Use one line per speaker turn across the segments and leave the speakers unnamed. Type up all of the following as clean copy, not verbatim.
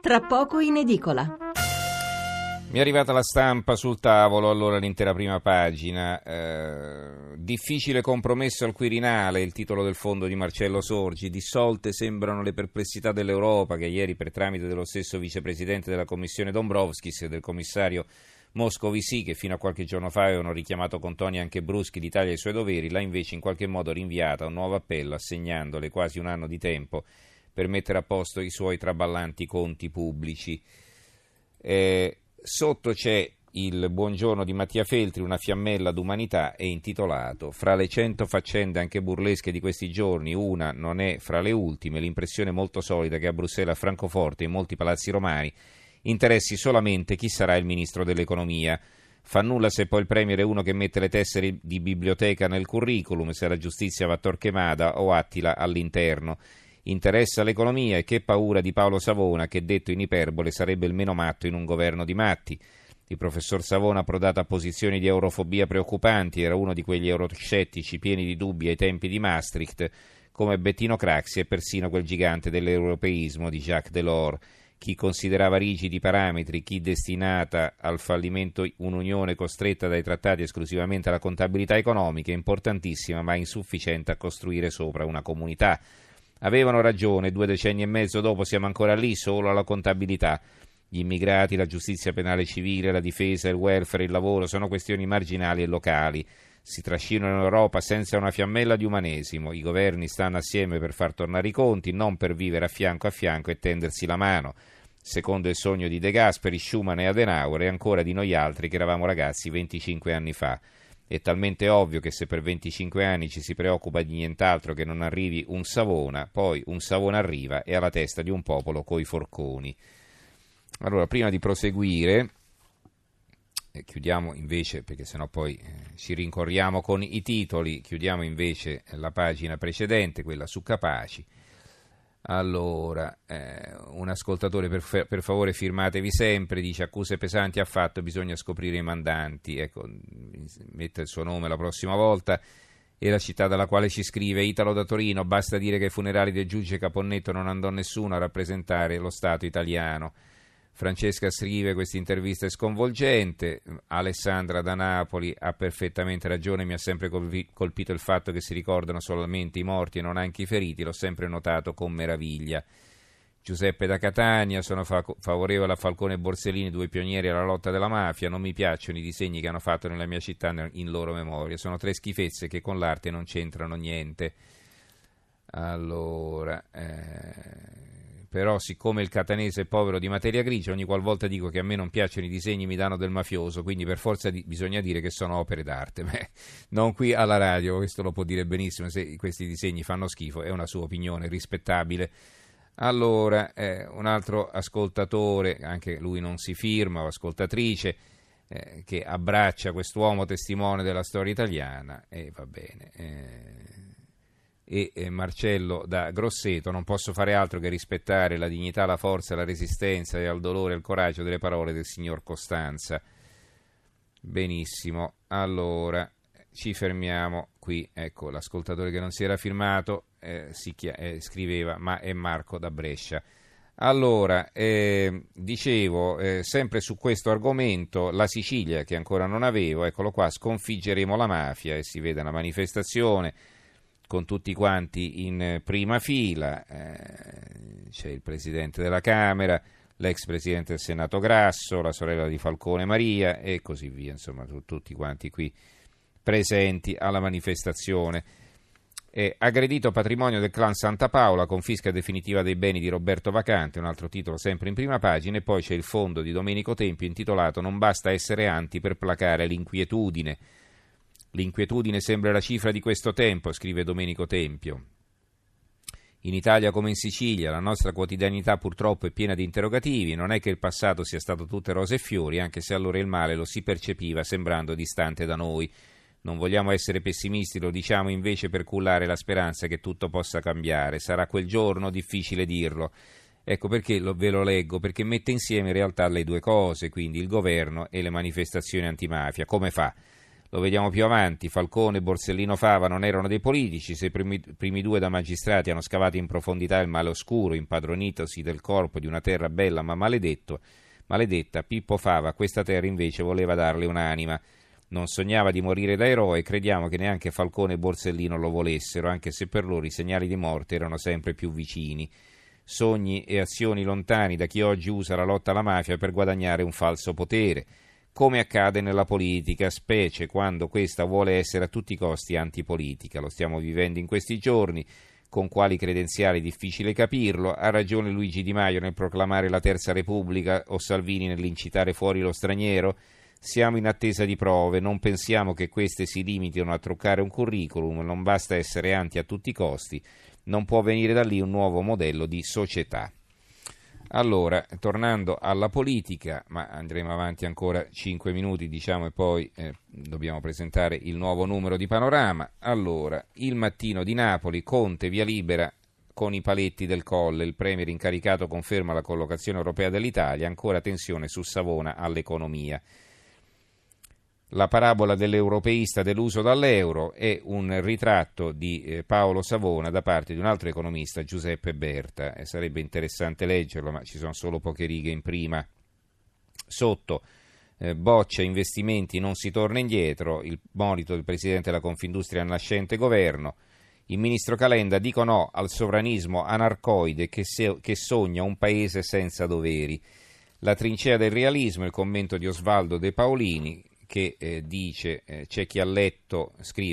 tra poco in edicola.
Mi è arrivata la stampa sul tavolo, allora l'intera prima pagina. Difficile compromesso al Quirinale, il titolo del fondo di Marcello Sorgi. Dissolte sembrano le perplessità dell'Europa, che ieri per tramite dello stesso vicepresidente della Commissione Dombrovskis e del commissario Moscovici, che fino a qualche giorno fa avevano richiamato con toni anche bruschi l'Italia ai suoi doveri, l'ha invece in qualche modo rinviata a un nuovo appello, assegnandole quasi un anno di tempo per mettere a posto i suoi traballanti conti pubblici. Sotto c'è il buongiorno di Mattia Feltri, una fiammella d'umanità, è intitolato: fra le 100 faccende anche burlesche di questi giorni, una non è fra le ultime, l'impressione molto solida che a Bruxelles, a Francoforte e in molti palazzi romani interessi solamente chi sarà il ministro dell'economia. Fa nulla se poi il premier è uno che mette le tessere di biblioteca nel curriculum, se la giustizia va a Torquemada o Attila all'interno. Interessa l'economia e che paura di Paolo Savona, che detto in iperbole sarebbe il meno matto in un governo di matti. Il professor Savona, approdato a posizioni di eurofobia preoccupanti, era uno di quegli euroscettici pieni di dubbi ai tempi di Maastricht, come Bettino Craxi e persino quel gigante dell'europeismo di Jacques Delors. Chi considerava rigidi i parametri, chi destinata al fallimento un'unione costretta dai trattati esclusivamente alla contabilità economica, importantissima ma insufficiente a costruire sopra una comunità. Avevano ragione, 2 decenni e mezzo dopo siamo ancora lì, solo alla contabilità. Gli immigrati, la giustizia penale civile, la difesa, il welfare, il lavoro sono questioni marginali e locali. Si trascinano in Europa senza una fiammella di umanesimo. I governi stanno assieme per far tornare i conti, non per vivere a fianco e tendersi la mano. Secondo il sogno di De Gasperi, Schuman e Adenauer e ancora di noi altri che eravamo ragazzi 25 anni fa. È talmente ovvio che se per 25 anni ci si preoccupa di nient'altro che non arrivi un Savona, poi un Savona arriva e alla testa di un popolo coi forconi. Allora, prima di proseguire, chiudiamo invece, perché sennò poi ci rincorriamo con i titoli, chiudiamo invece la pagina precedente, quella su Capaci. Allora, un ascoltatore, per favore firmatevi sempre, dice: accuse pesanti ha fatto, bisogna scoprire i mandanti. Ecco, mette il suo nome la prossima volta. E la città dalla quale ci scrive: Italo da Torino, basta dire che ai funerali del giudice Caponnetto non andò nessuno a rappresentare lo Stato italiano. Francesca scrive: questa intervista è sconvolgente. Alessandra da Napoli ha perfettamente ragione, mi ha sempre colpito il fatto che si ricordano solamente i morti e non anche i feriti, l'ho sempre notato con meraviglia. Giuseppe da Catania: sono favorevole a Falcone e Borsellino, 2 pionieri alla lotta della mafia, non mi piacciono i disegni che hanno fatto nella mia città in loro memoria, sono 3 schifezze che con l'arte non c'entrano niente. Allora, però siccome il catanese è povero di materia grigia, ogni qualvolta dico che a me non piacciono i disegni mi danno del mafioso, quindi per forza bisogna dire che sono opere d'arte. Beh, non qui alla radio, questo lo può dire benissimo, se questi disegni fanno schifo è una sua opinione rispettabile. Allora, un altro ascoltatore, anche lui non si firma, o ascoltatrice, che abbraccia quest'uomo testimone della storia italiana, e va bene. E Marcello da Grosseto: non posso fare altro che rispettare la dignità, la forza, la resistenza e al dolore e al coraggio delle parole del signor Costanza. Benissimo, allora ci fermiamo qui. Ecco, l'ascoltatore che non si era firmato scriveva: ma è Marco da Brescia. Allora, dicevo, sempre su questo argomento, la Sicilia, che ancora non avevo, eccolo qua: sconfiggeremo la mafia, e si vede una manifestazione con tutti quanti in prima fila, c'è il Presidente della Camera, l'ex Presidente del Senato Grasso, la sorella di Falcone Maria e così via, insomma tutti quanti qui presenti alla manifestazione. Aggredito patrimonio del clan Santa Paola, confisca definitiva dei beni di Roberto Vacante, un altro titolo sempre in prima pagina, e poi c'è il fondo di Domenico Tempio intitolato: non basta essere anti per placare l'inquietudine. L'inquietudine sembra la cifra di questo tempo, scrive Domenico Tempio. In Italia come in Sicilia la nostra quotidianità purtroppo è piena di interrogativi, non è che il passato sia stato tutte rose e fiori, anche se allora il male lo si percepiva sembrando distante da noi. Non vogliamo essere pessimisti, lo diciamo invece per cullare la speranza che tutto possa cambiare. Sarà quel giorno? Difficile dirlo. Ecco perché ve lo leggo, perché mette insieme in realtà le due cose, quindi il governo e le manifestazioni antimafia. Come fa? lo vediamo più avanti. Falcone e Borsellino Fava non erano dei politici, se i primi due da magistrati hanno scavato in profondità il male oscuro, impadronitosi del corpo di una terra bella ma maledetta, Pippo Fava a questa terra invece voleva darle un'anima. Non sognava di morire da eroe e crediamo che neanche Falcone e Borsellino lo volessero, anche se per loro i segnali di morte erano sempre più vicini. Sogni e azioni lontani da chi oggi usa la lotta alla mafia per guadagnare un falso potere, come accade nella politica, specie quando questa vuole essere a tutti i costi antipolitica. Lo stiamo vivendo in questi giorni. Con quali credenziali difficile capirlo. Ha ragione Luigi Di Maio nel proclamare la Terza Repubblica o Salvini nell'incitare fuori lo straniero? Siamo in attesa di prove, non pensiamo che queste si limitino a truccare un curriculum, non basta essere anti a tutti i costi, non può venire da lì un nuovo modello di società. Allora, tornando alla politica, ma andremo avanti ancora 5 minuti, diciamo, e poi dobbiamo presentare il nuovo numero di Panorama. Allora, Il Mattino di Napoli, Conte via libera con i paletti del Colle, il premier incaricato conferma la collocazione europea dell'Italia, ancora tensione su Savona all'economia. La parabola dell'europeista deluso dall'euro è un ritratto di Paolo Savona da parte di un altro economista, Giuseppe Berta. Sarebbe interessante leggerlo, ma ci sono solo poche righe in prima. Sotto, boccia investimenti, non si torna indietro, il monito del presidente della Confindustria al nascente governo. Il ministro Calenda dico no al sovranismo anarcoide che sogna un paese senza doveri. La trincea del realismo, il commento di Osvaldo De Paolini, che dice c'è chi ha letto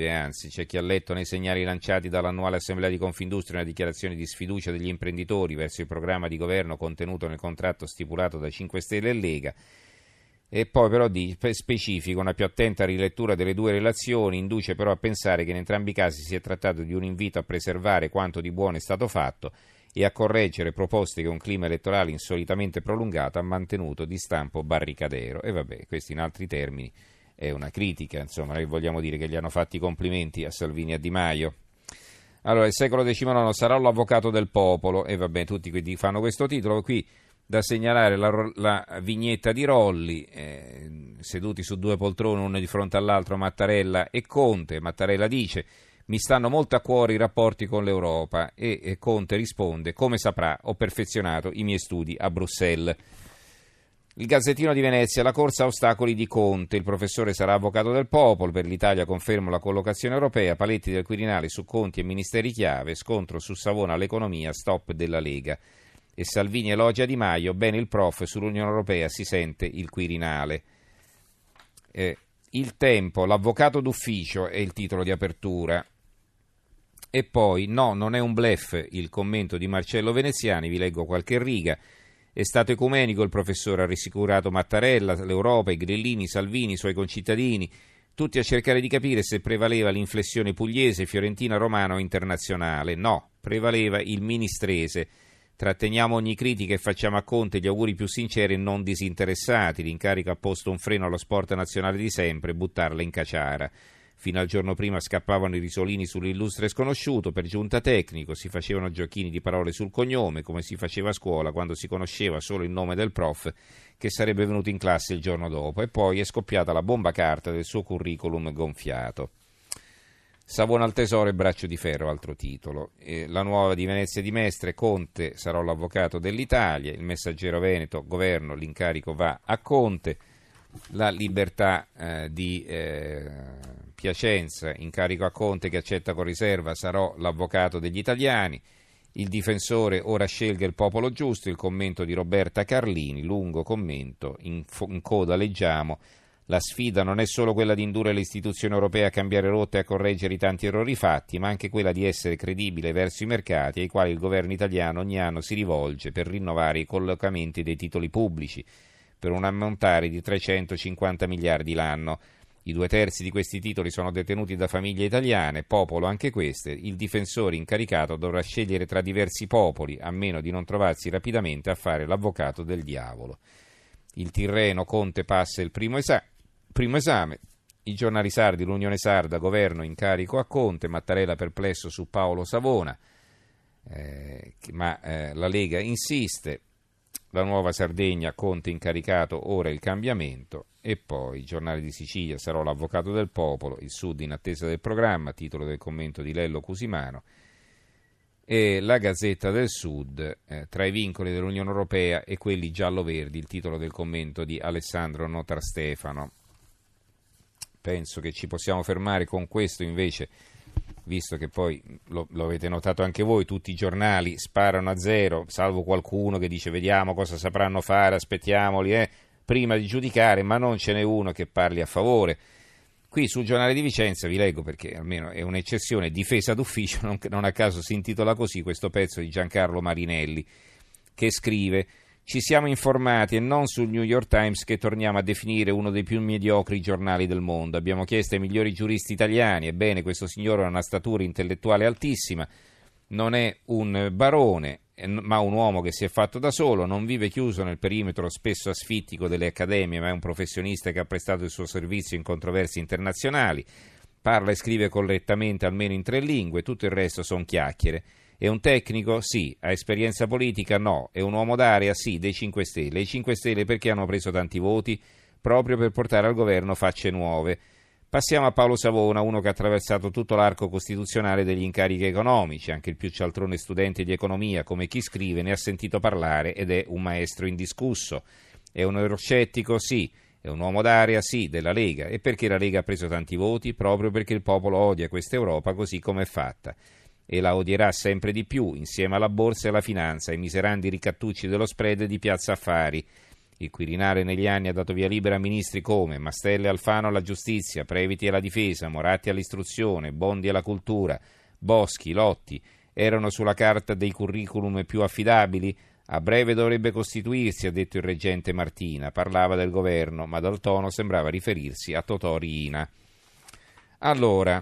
nei segnali lanciati dall'annuale assemblea di Confindustria una dichiarazione di sfiducia degli imprenditori verso il programma di governo contenuto nel contratto stipulato da 5 Stelle e Lega, e poi però specifica una più attenta rilettura delle due relazioni, induce però a pensare che in entrambi i casi si è trattato di un invito a preservare quanto di buono è stato fatto e a correggere proposte che un clima elettorale insolitamente prolungato ha mantenuto di stampo barricadero. E vabbè, questo in altri termini è una critica, insomma, noi vogliamo dire che gli hanno fatti i complimenti a Salvini e a Di Maio. Allora, il secolo XIX sarà l'avvocato del popolo, e vabbè, tutti quindi fanno questo titolo. Qui da segnalare la vignetta di Rolli, seduti su due poltrone uno di fronte all'altro Mattarella e Conte. Mattarella dice: mi stanno molto a cuore i rapporti con l'Europa, e Conte risponde: come saprà, ho perfezionato i miei studi a Bruxelles. Il Gazzettino di Venezia, la corsa a ostacoli di Conte, il professore sarà avvocato del popolo, per l'Italia confermo la collocazione europea, paletti del Quirinale su conti e ministeri chiave, scontro su Savona all'economia, stop della Lega. E Salvini elogia Di Maio, bene il prof, sull'Unione Europea si sente il Quirinale. Il Tempo, l'avvocato d'ufficio è il titolo di apertura. E poi, no, non è un bluff, il commento di Marcello Veneziani, vi leggo qualche riga. È stato ecumenico il professore, ha rassicurato Mattarella, l'Europa, i grillini, Salvini, i suoi concittadini, tutti a cercare di capire se prevaleva l'inflessione pugliese, fiorentina, romana o internazionale. No, prevaleva il ministrese. Tratteniamo ogni critica e facciamo a Conte gli auguri più sinceri e non disinteressati. L'incarico ha posto un freno allo sport nazionale di sempre, buttarla in caciara. Fino al giorno prima scappavano i risolini sull'illustre sconosciuto, per giunta tecnico, si facevano giochini di parole sul cognome, come si faceva a scuola quando si conosceva solo il nome del prof che sarebbe venuto in classe il giorno dopo, e poi è scoppiata la bomba carta del suo curriculum gonfiato. Savona al tesoro e braccio di ferro, altro titolo. La nuova di Venezia di Mestre, Conte sarò l'avvocato dell'Italia, il Messaggero Veneto, governo, l'incarico va a Conte. La Libertà di Piacenza, incarico a Conte che accetta con riserva, sarò l'avvocato degli italiani. Il Difensore, ora scelga il popolo giusto, il commento di Roberta Carlini, lungo commento, in coda leggiamo: la sfida non è solo quella di indurre le istituzioni europee a cambiare rotta e a correggere i tanti errori fatti, ma anche quella di essere credibile verso i mercati ai quali il governo italiano ogni anno si rivolge per rinnovare i collocamenti dei titoli pubblici, per un ammontare di 350 miliardi l'anno. I 2/3 di questi titoli sono detenuti da famiglie italiane, popolo anche queste. Il difensore incaricato dovrà scegliere tra diversi popoli, a meno di non trovarsi rapidamente a fare l'avvocato del diavolo. Il Tirreno, Conte passa il primo esame. I giornali sardi, l'Unione Sarda, governo incarico a Conte, Mattarella perplesso su Paolo Savona, ma la Lega insiste. la nuova Sardegna, Conte incaricato, ora il cambiamento. E poi, Giornale di Sicilia, sarò l'avvocato del popolo, il Sud in attesa del programma, titolo del commento di Lello Cusimano. E la Gazzetta del Sud, tra i vincoli dell'Unione Europea e quelli giallo-verdi, il titolo del commento di Alessandro Notarstefano. Penso che ci possiamo fermare con questo, invece, visto che poi lo avete notato anche voi, tutti i giornali sparano a zero, salvo qualcuno che dice vediamo cosa sapranno fare, aspettiamoli prima di giudicare, ma non ce n'è uno che parli a favore. Qui sul Giornale di Vicenza vi leggo, perché almeno è un'eccezione, difesa d'ufficio, non a caso si intitola così questo pezzo di Giancarlo Marinelli, che scrive: ci siamo informati, e non sul New York Times che torniamo a definire uno dei più mediocri giornali del mondo. Abbiamo chiesto ai migliori giuristi italiani, ebbene questo signore ha una statura intellettuale altissima, non è un barone, ma un uomo che si è fatto da solo, non vive chiuso nel perimetro spesso asfittico delle accademie, ma è un professionista che ha prestato il suo servizio in controversie internazionali, parla e scrive correttamente almeno in 3 lingue, tutto il resto sono chiacchiere. È un tecnico? Sì. Ha esperienza politica? No. È un uomo d'area? Sì, dei 5 Stelle. I 5 Stelle perché hanno preso tanti voti? Proprio per portare al governo facce nuove. Passiamo a Paolo Savona, uno che ha attraversato tutto l'arco costituzionale degli incarichi economici, anche il più cialtrone studente di economia, come chi scrive, ne ha sentito parlare ed è un maestro indiscusso. È un euroscettico? Sì. È un uomo d'area? Sì, della Lega. E perché la Lega ha preso tanti voti? Proprio perché il popolo odia questa Europa così come è fatta. E la odierà sempre di più, insieme alla borsa e alla finanza, ai miserandi ricattucci dello spread di Piazza Affari. Il Quirinale negli anni ha dato via libera a ministri come Mastella e Alfano alla giustizia, Previti alla difesa, Moratti all'istruzione, Bondi alla cultura, Boschi, Lotti. Erano sulla carta dei curriculum più affidabili? A breve dovrebbe costituirsi, ha detto il reggente Martina. Parlava del governo, ma dal tono sembrava riferirsi a Totò Riina. Allora,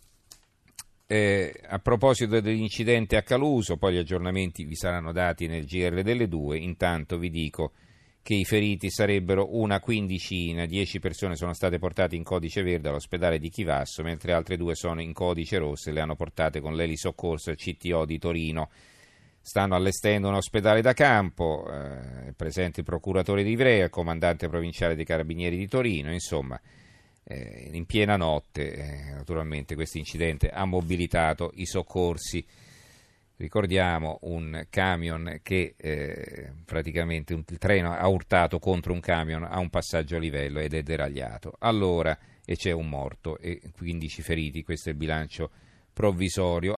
a proposito dell'incidente a Caluso, poi gli aggiornamenti vi saranno dati nel GR delle 2, intanto vi dico che i feriti sarebbero una quindicina, 10 persone sono state portate in codice verde all'ospedale di Chivasso, mentre altre 2 sono in codice rosso e le hanno portate con l'elisoccorso al CTO di Torino. Stanno allestendo un ospedale da campo, è presente il procuratore di Ivrea, il comandante provinciale dei Carabinieri di Torino, insomma. In piena notte, naturalmente, questo incidente ha mobilitato i soccorsi. Ricordiamo un camion che praticamente il treno ha urtato contro un camion a un passaggio a livello ed è deragliato. Allora, e c'è un morto e 15 feriti, questo è il bilancio provvisorio.